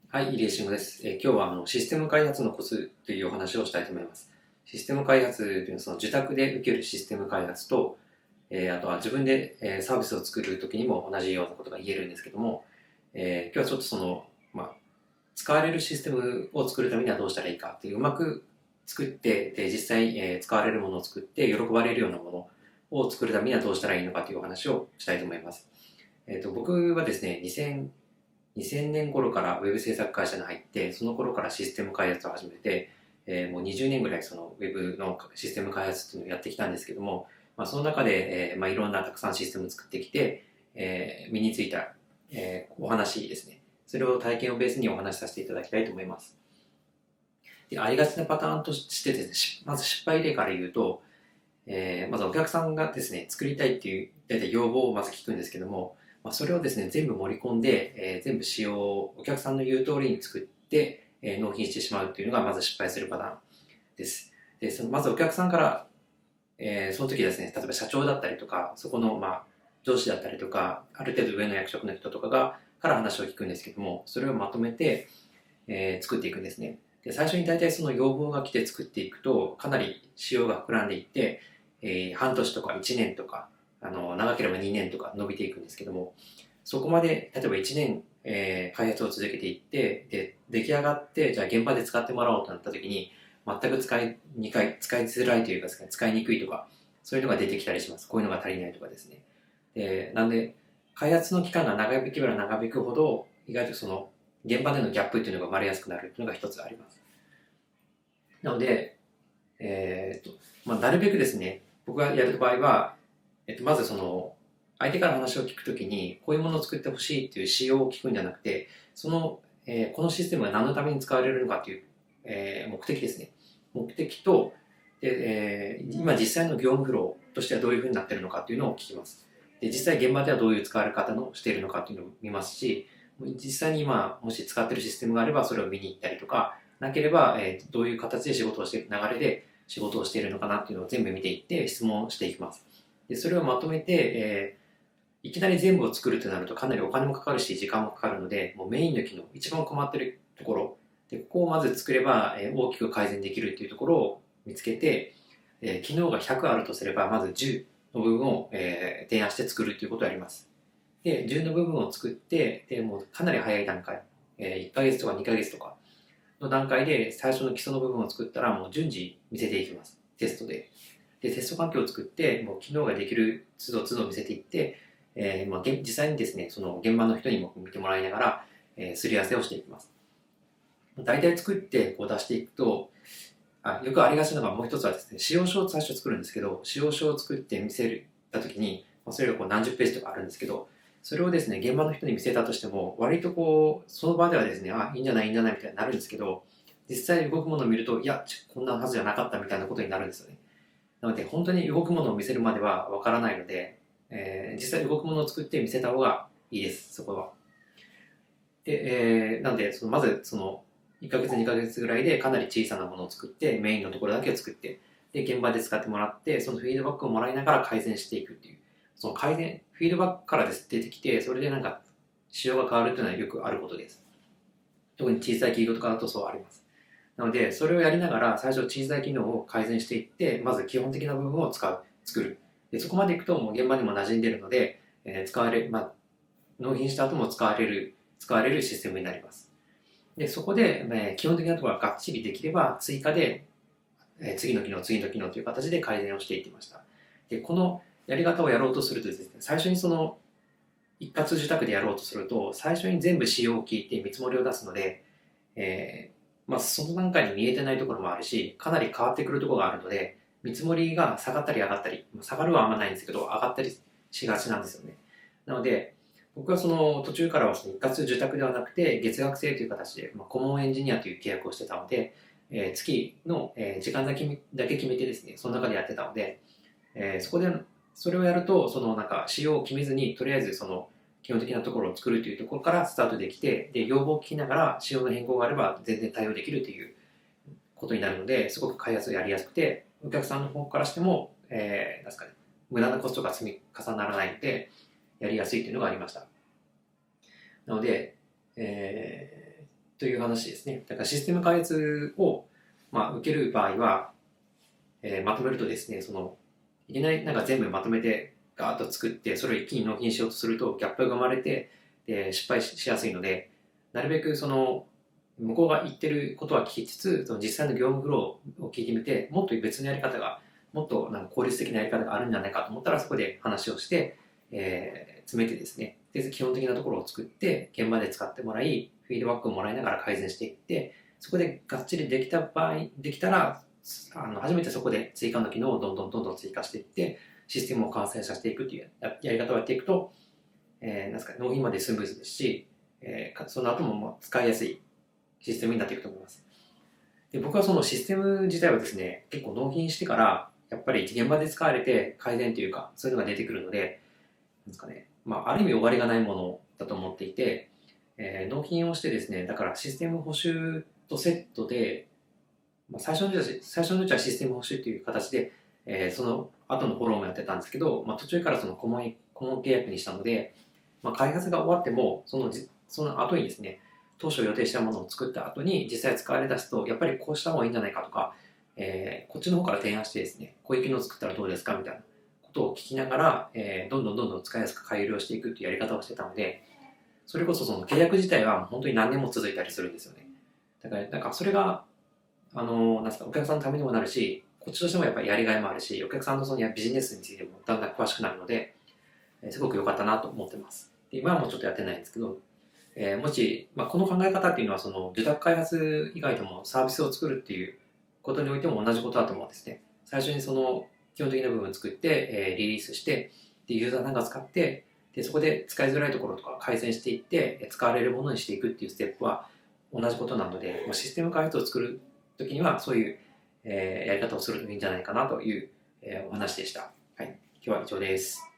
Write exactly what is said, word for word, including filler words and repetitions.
はい、入江慎吾です。えー今日はあのシステム開発のコツというお話をしたいと思います。システム開発というのはその自宅で受けるシステム開発と、えーあとは自分で、えーサービスを作るときにも同じようなことが言えるんですけども、えー今日はちょっとその、まあ、使われるシステムを作るためにはどうしたらいいかっていう、うまく作って、で実際、えー使われるものを作って喜ばれるようなものを作るためにはどうしたらいいのかというお話をしたいと思います。えーと、僕はですね、にせんにせんねん頃からウェブ制作会社に入って、その頃からシステム開発を始めて、えーもうにじゅうねんぐらいそのウェブのシステム開発っていうのをやってきたんですけども、まあ、その中で、えーまあ、いろんなたくさんシステムを作ってきて、えー身についた、えーお話ですね。それを体験をベースにお話しさせていただきたいと思います。で、ありがちなパターンとしてですね、しまず失敗例から言うと、えーまずお客さんがですね、作りたいっていう大体要望をまず聞くんですけども、まあ、それをですね、全部盛り込んで、えー全部仕様をお客さんの言う通りに作って、えー納品してしまうっていうのがまず失敗するパターンです。で、そのまずお客さんから、えーその時ですね、例えば社長だったりとか、そこのまあ上司だったりとか、ある程度上の役職の人とかがから話を聞くんですけども、それをまとめて、えー作っていくんですね。で、最初に大体その要望が来て作っていくと、かなり仕様が膨らんでいって、えー半年とかいちねんとか、あの、長ければにねんとか伸びていくんですけども、そこまで、例えばいちねん、えー開発を続けていって、で、出来上がって、じゃあ現場で使ってもらおうとなった時に、全く使いにかい、使いづらいというかですね、使いにくいとか、そういうのが出てきたりします。こういうのが足りないとかですね。で、なんで、開発の期間が長引けば長引くほど、意外とその、現場でのギャップっていうのが生まれやすくなるっていうのが一つあります。なので、えーっと、まあ、なるべくですね、僕がやる場合は、えっと、まずその、相手から話を聞くときに、こういうものを作ってほしいっていう仕様を聞くんじゃなくて、その、えーこのシステムが何のために使われるのかという、えー目的ですね。目的と、で、えー今実際の業務フローとしてはどういうふうになっているのかというのを聞きます。で、実際現場ではどういう使われ方のしているのかというのを見ますし、実際に今、もし使っているシステムがあれば、それを見に行ったりとか、なければ、えーどういう形で仕事をしている流れで仕事をしているのかなっていうのを全部見ていって質問していきます。で、それをまとめて、えーいきなり全部を作るとなるとかなりお金もかかるし時間もかかるので、もうメインの機能、一番困っているところ、で、ここをまず作れば、えー大きく改善できるっていうところを見つけて、えー機能がひゃくあるとすれば、まずじゅうの部分を、えー提案して作るということをやります。で、じゅうの部分を作って、で、もうかなり早い段階、えーいっかげつとかにかげつとかの段階で最初の基礎の部分を作ったらもう順次見せていきます。テストで。で、テスト環境を作って、もう機能ができる都度都度見せていって、えーまあ、実際にですね、その現場の人にも見てもらいながら、えーすり合わせをしていきます。大体作ってこう出していくと、あ、よくありがちなのがもう一つはですね、使用書を最初作るんですけど、使用書を作って見せたときに、まあそれがこう何十ページとかあるんですけど、それをですね、現場の人に見せたとしても、割とこう、その場ではですね、あ、いいんじゃない、いいんじゃないみたいになるんですけど、実際動くものを見ると、いや、こんなはずじゃなかったみたいなことになるんですよね。なので、本当に動くものを見せるまではわからないので、えー実際動くものを作って見せた方がいいです、そこは。で、えーなので、そのまず、その、いっかげつ、にかげつぐらいでかなり小さなものを作って、メインのところだけを作って、で、現場で使ってもらって、そのフィードバックをもらいながら改善していくっていう、その改善、フィードバックからです出てきて、それでなんか、仕様が変わるっていうのはよくあることです。特に小さい企業とかだとそうあります。なので、それをやりながら、最初小さい機能を改善していって、まず基本的な部分を使う、作る。で、そこまでいくと、もう現場にも馴染んでいるので、えー使われ、まあ、納品した後も使われる、使われるシステムになります。で、そこで、えー基本的なところががっちりできれば、追加で、えー次の機能、次の機能という形で改善をしていってました。で、このやり方をやろうとするとですね、最初にその、一括受託でやろうとすると、最初に全部仕様を聞いて見積もりを出すので、えーまあ、その段階に見えてないところもあるし、かなり変わってくるところがあるので、見積もりが下がったり上がったり、下がるはあんまないんですけど、上がったりしがちなんですよね。なので、僕はその途中からはその一括受託ではなくて、月額制という形で、まあ、顧問エンジニアという契約をしてたので、えー月の、えー時間だけだけ決めてですね、その中でやってたので、えーそこで、それをやると、そのなんか仕様を決めずに、とりあえずその基本的なところを作るというところからスタートできて、で、要望を聞きながら仕様の変更があれば全然対応できるということになるので、すごく開発をやりやすくて、お客さんの方からしても、えー、なんですかね、無駄なコストが積み重ならないので、やりやすいというのがありました。なので、えという話ですね。だからシステム開発を、まあ、受ける場合は、えーまとめるとですね、そのいきなりなんか全部まとめてガーッと作ってそれを一気に納品しようとするとギャップが生まれて、で失敗しやすいので、なるべくその向こうが言ってることは聞きつつ、その実際の業務フローを聞いてみて、もっと別のやり方が、もっとなんか効率的なやり方があるんじゃないかと思ったら、そこで話をして、えー詰めてですね、で基本的なところを作って現場で使ってもらい、フィードバックをもらいながら改善していって、そこでがっちりできた場合できたら、あの初めてそこで追加の機能をどんどんどんどん追加していってシステムを完成させていくっていうややり方をやっていくと、えー、なんですか納品までスムーズですし、えー、その後もまあ使いやすいシステムになっていくと思います。で僕はそのシステム自体はですね、結構納品してからやっぱり現場で使われて改善というかそういうのが出てくるので、なんですかね、まあ、ある意味終わりがないものだと思っていて、えー納品をしてですね、だからシステム保守とセットで、まあ、最初のうちは最初のうちはシステム保守という形で、えーその後のフォローもやってたんですけど、まあ、途中からその顧問顧問契約にしたので、まあ、開発が終わってもそのじその後にですね、当初予定したものを作った後に実際使われ出すと、やっぱりこうした方がいいんじゃないかとか、えーこっちの方から提案してですね、こういう機能を作ったらどうですかみたいなことを聞きながら、えーどんどんどんどん使いやすく改良していくっていうやり方をしてたので、それこそその契約自体は本当に何年も続いたりするんですよね。だからなんかそれがあのなんですか、お客さんのためにもなるし、こっちとしてもやっぱりやりがいもあるし、お客さんのそのビジネスについてもだんだん詳しくなるので、えーすごく良かったなと思ってます。で今はもうちょっとやってないんですけど、えーもし、まあ、この考え方っていうのはその受託開発以外でもサービスを作るっていうことにおいても同じことだと思うんですね。最初にその基本的な部分を作って、えーリリースして、でユーザーさんが使って、でそこで使いづらいところとか改善していって使われるものにしていくっていうステップは同じことなので、まあ、システム開発を作るときにはそういう、えーやり方をするといいんじゃないかなという、えーお話でした。はい、今日は以上です。